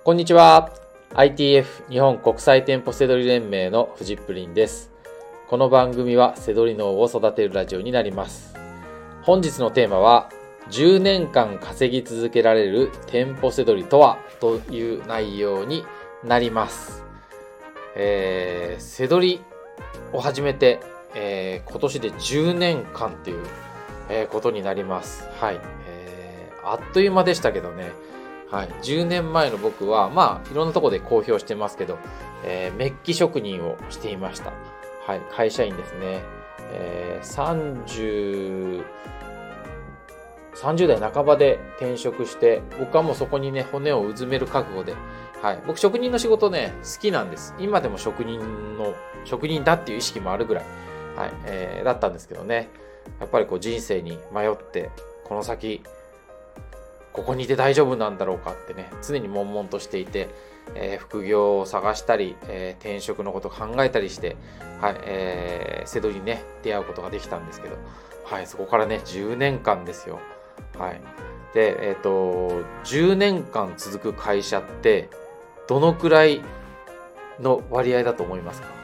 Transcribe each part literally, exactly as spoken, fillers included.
こんにちは。アイティーエフ 日本国際店舗セドリ連盟のフジップリンです。この番組はセドリ脳を育てるラジオになります。本日のテーマはじゅうねんかん稼ぎ続けられる店舗セドリとはという内容になります。えー、セドリを始めて、えー、今年でじゅうねんかんっていう、えー、ことになります。はい、えー。あっという間でしたけどね。はい、じゅうねんまえの僕はまあいろんなところで公表してますけど、えー、メッキ職人をしていました。はい、会社員ですね。えー、さんじゅう、さんじゅう代半ばで転職して、僕はもうそこにね骨をうずめる覚悟で、はい、僕職人の仕事ね好きなんです。今でも職人の職人だっていう意識もあるぐらい、はい、えー、だったんですけどね。やっぱりこう人生に迷ってこの先ここにいて大丈夫なんだろうかってね常に悶々としていて、えー、副業を探したり、えー、転職のことを考えたりして、はいえー、セドリにね出会うことができたんですけど、はい、そこからねじゅうねんかんですよ。はい、で、えーと、じゅうねんかん続く会社ってどのくらいの割合だと思いますか？はい、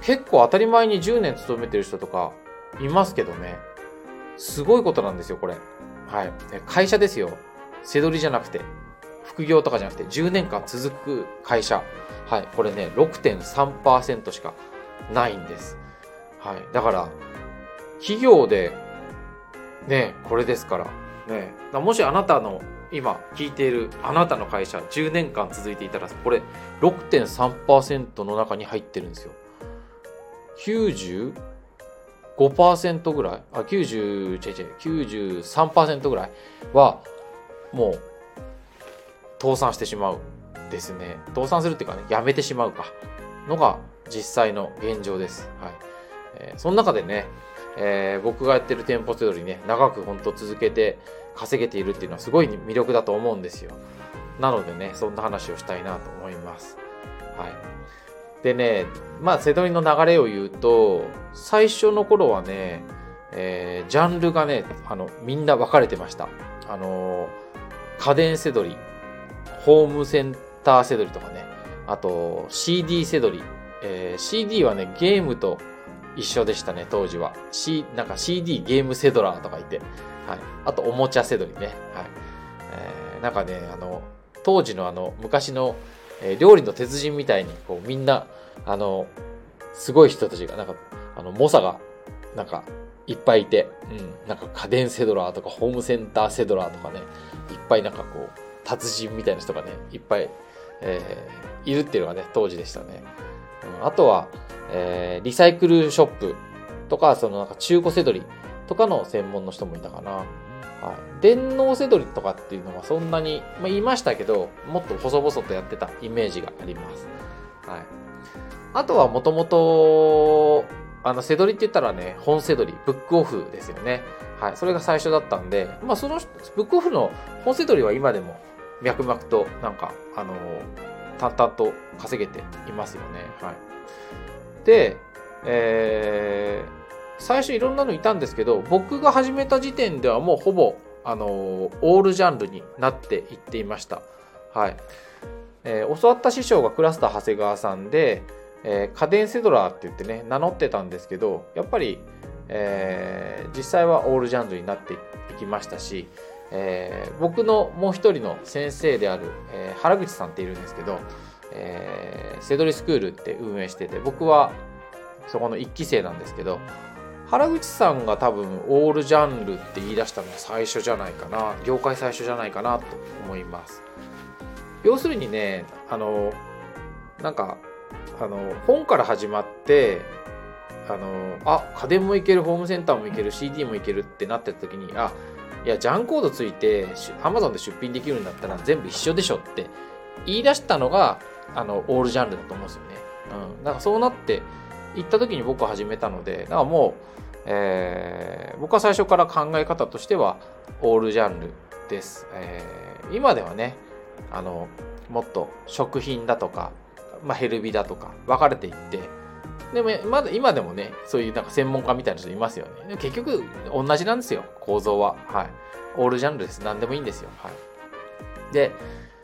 結構当たり前にじゅうねん勤めてる人とかいますけどね、すごいことなんですよこれ。はい、会社ですよ。セドリじゃなくて副業とかじゃなくてじゅうねんかん続く会社、はい、これね ろくてんさんパーセント しかないんです。はい、だから企業でねこれですからね。もしあなたの今聞いているあなたの会社じゅうねんかん続いていたらこれ ろくてんさんパーセント の中に入ってるんですよ。きゅうじゅうごパーセント ぐらい、あ、きゅうじゅう、違う違う、きゅうじゅうさんパーセント ぐらいはもう倒産してしまうですね。倒産するっていうかね、やめてしまうかのが実際の現状です。はい。えー、その中でね、えー、僕がやってる店舗セドリね、長く本当続けて稼げているっていうのはすごい魅力だと思うんですよ。なのでね、そんな話をしたいなと思います。はい。でね、まあセドリの流れを言うと、最初の頃はね、えー、ジャンルがね、あのみんな分かれてました。あの家電セドリ、ホームセンターセドリとかね、あと シーディー セドリ、えー、シーディー はねゲームと一緒でしたね当時は。C なんか シーディー ゲームセドラーとかいて、はい、あとおもちゃセドリね、はい、えー、なんかねあの当時のあの昔のえー、料理の鉄人みたいにこうみんなあのすごい人たちがなんかあの猛者がなんかいっぱいいて、うん、なんか家電セドラーとかホームセンターセドラーとかね、いっぱいなんかこう達人みたいな人がねいっぱい、えー、いるっていうのがね当時でしたね。うん、あとは、えー、リサイクルショップとかそのなんか中古セドリとかの専門の人もいたかな。はい、電脳セドリとかっていうのはそんなに、まあ、いましたけど、もっと細々とやってたイメージがあります。はい、あとはもともとあのセドリって言ったらね、本セドリ、ブックオフですよね。はい、それが最初だったんで、まあそのブックオフの本セドリは今でも脈々となんかあの淡々と稼げていますよね。はい、で、えー最初いろんなのいたんですけど、僕が始めた時点ではもうほぼあのオールジャンルになっていっていました。はい、えー、教わった師匠がクラスター長谷川さんで、えー、家電セドラーって言ってね名乗ってたんですけど、やっぱり、えー、実際はオールジャンルになっていきましたし、えー、僕のもう一人の先生である、えー、原口さんっているんですけど、えー、セドリスクールって運営してて、僕はそこの一期生なんですけど、原口さんが多分オールジャンルって言い出したのは最初じゃないかな、業界最初じゃないかなと思います。要するにね、あのなんかあの本から始まってあのあ家電もいける、ホームセンターもいける、 シーディー もいけるってなってた時に、あいやジャンコードついて Amazon で出品できるんだったら全部一緒でしょって言い出したのがあのオールジャンルだと思うんですよね。うん、だからそうなって行った時に僕は始めたので、だからもう、えー、僕は最初から考え方としてはオールジャンルです。えー、今ではねあのもっと食品だとか、まあ、ヘルビだとか分かれていって、でもまだ今でもねそういうなんか専門家みたいな人いますよね。結局同じなんですよ構造は。はい、オールジャンルです。何でもいいんですよ。はい、で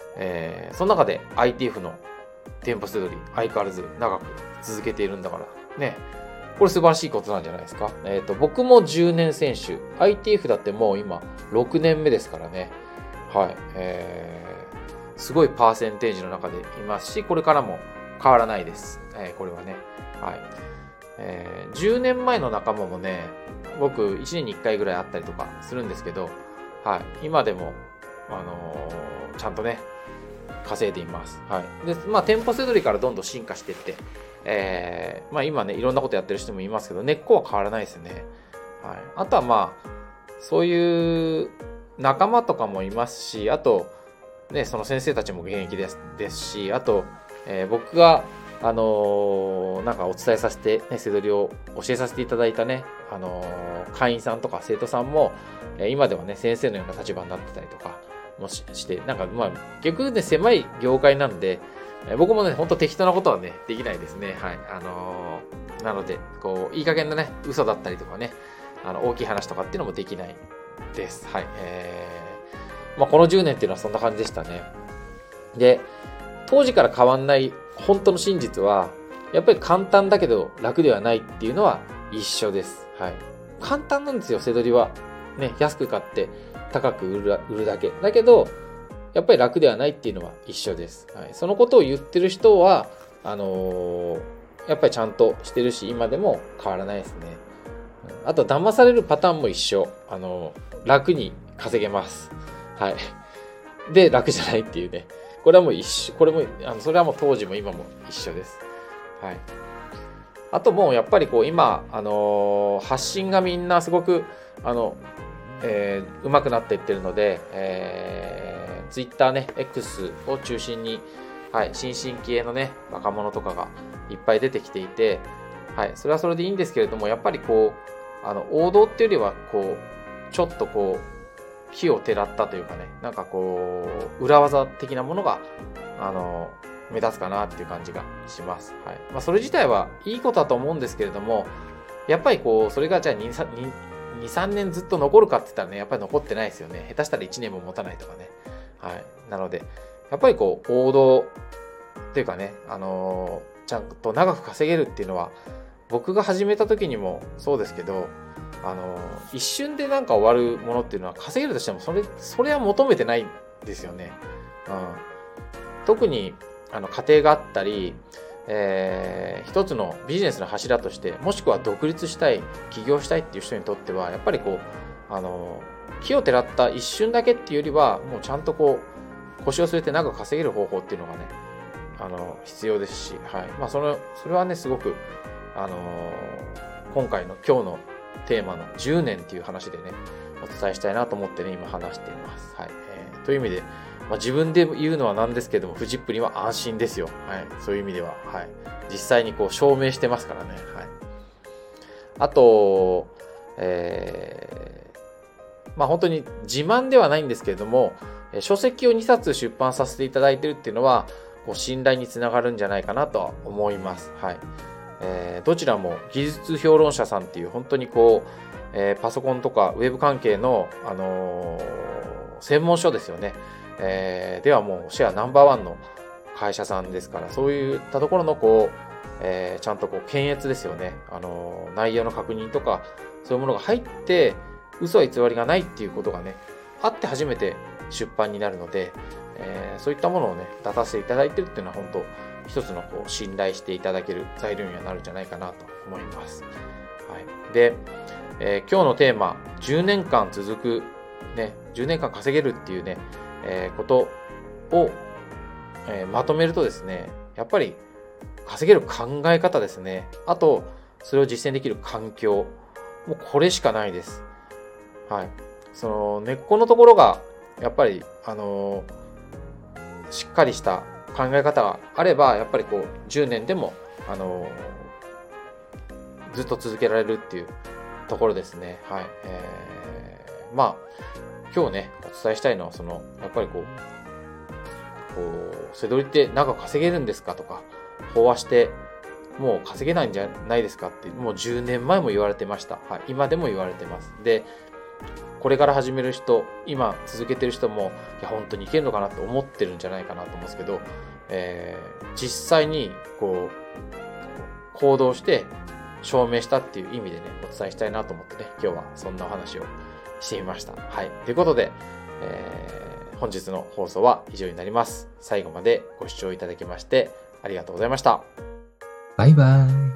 えー、その中で アイティーエフ の店舗せどり相変わらず長く続けているんだからね、これ素晴らしいことなんじゃないですか。えっと、僕もじゅうねん選手、アイティーエフ だってもう今ろくねんめですからね。はい。えー、すごいパーセンテージの中でいますし、これからも変わらないです。えー、これはね。はい。えー、じゅうねんまえの仲間もね、僕いちねんにいっかいぐらい会ったりとかするんですけど、はい。今でも、あのー、ちゃんとね、稼いでいます。はい。で、まあ、店舗せどりからどんどん進化していって、えー、まあ今ね、いろんなことやってる人もいますけど、根っこは変わらないですよね。はい。あとはまあ、そういう仲間とかもいますし、あと、ね、その先生たちも現役です、ですし、あと、えー、僕が、あのー、なんかお伝えさせて、ね、せどりを教えさせていただいたね、あのー、会員さんとか生徒さんも、えー、今ではね、先生のような立場になってたりとかも し, して、なんかまあ、結局ね、狭い業界なんで、えー、僕もね、ほんと適当なことはね、できないですね。はい。あのー、なので、こう、いい加減なね、嘘だったりとかね、あの、大きい話とかっていうのもできないです。はい。えー、まあ、このじゅうねんっていうのはそんな感じでしたね。で、当時から変わんない本当の真実は、やっぱり簡単だけど楽ではないっていうのは一緒です。はい。簡単なんですよ、せどりは。ね、安く買って高く売る、売るだけ。だけど、やっぱり楽ではないっていうのは一緒です。はい。そのことを言ってる人は、あのー、やっぱりちゃんとしてるし、今でも変わらないですね。あと、騙されるパターンも一緒。あのー、楽に稼げます。はい。で、楽じゃないっていうね。これはもう一緒。これも、あの、それはもう当時も今も一緒です。はい。あともうやっぱりこう今、あのー、発信がみんなすごく、あの、えー、上手くなっていってるので、えー、Twitter ね、X を中心に、はい、新進気鋭のね、若者とかがいっぱい出てきていて、はい、それはそれでいいんですけれども、やっぱりこう、あの、王道っていうよりは、こう、ちょっとこう、木をてらったというかね、なんかこう、裏技的なものが、あの、目立つかなっていう感じがします。はい。まあ、それ自体はいいことだと思うんですけれども、やっぱりこう、それがじゃあに、さんねんずっと残るかって言ったらね、やっぱり残ってないですよね。下手したらいちねんも持たないとかね。はい。なので、やっぱりこう、王道っていうかね、あのー、ちゃんと長く稼げるっていうのは、僕が始めた時にもそうですけど、あのー、一瞬でなんか終わるものっていうのは稼げるとしても、それ、それは求めてないですよね。うん。特に、あの、家庭があったり、えー、一つのビジネスの柱として、もしくは独立したい、起業したいっていう人にとっては、やっぱりこう、あの、木をてらった一瞬だけっていうよりは、もうちゃんとこう、腰を据えて長く稼げる方法っていうのがね、あの、必要ですし、はい。まあ、その、それはね、すごく、あのー、今回の今日のテーマのじゅうねんっていう話でね、お伝えしたいなと思ってね、今話しています。はい。えー、という意味で、まあ、自分で言うのはなんですけども、フジップリンは安心ですよ。はい。そういう意味では、はい。実際にこう証明してますからね。はい。あと、えー、まあ本当に自慢ではないんですけれども、書籍をにさつ出版させていただいているっていうのは、こう信頼につながるんじゃないかなとは思います。はい。えー、どちらも技術評論者さんっていう本当にこう、えー、パソコンとかウェブ関係の、あのー、専門書ですよね。えー、ではもうシェアナンバーワンの会社さんですから、そういったところのこう、えー、ちゃんとこう検閲ですよね。あのー、内容の確認とか、そういうものが入って、嘘や偽りがないっていうことがね、あって初めて出版になるので、えー、そういったものをね、出させていただいてるっていうのは本当、一つのこう信頼していただける材料にはなるんじゃないかなと思います。はい。で、えー、今日のテーマ、じゅうねんかん続く、ね、じゅうねんかん稼げるっていうね、えー、ことを、えー、まとめるとですね、やっぱり稼げる考え方ですね。あと、それを実践できる環境。もうこれしかないです。はい。その根っこのところが、やっぱり、あのー、しっかりした考え方があれば、やっぱりこう、じゅうねんでも、あのー、ずっと続けられるっていうところですね。はい。えー、まあ、今日ね、お伝えしたいのは、その、やっぱりこう、こう、せどりって長く稼げるんですかとか、飽和して、もう稼げないんじゃないですかって、もうじゅうねんまえも言われてました。はい。今でも言われてます。で、 これから始める人、今続けてる人も、いや、本当にいけるのかなって思ってるんじゃないかなと思うんですけど、えー、実際に、こう、行動して証明したっていう意味でね、お伝えしたいなと思ってね、今日はそんなお話をしてみました。はい。ということで、えー、本日の放送は以上になります。最後までご視聴いただきまして、ありがとうございました。 バイバイ。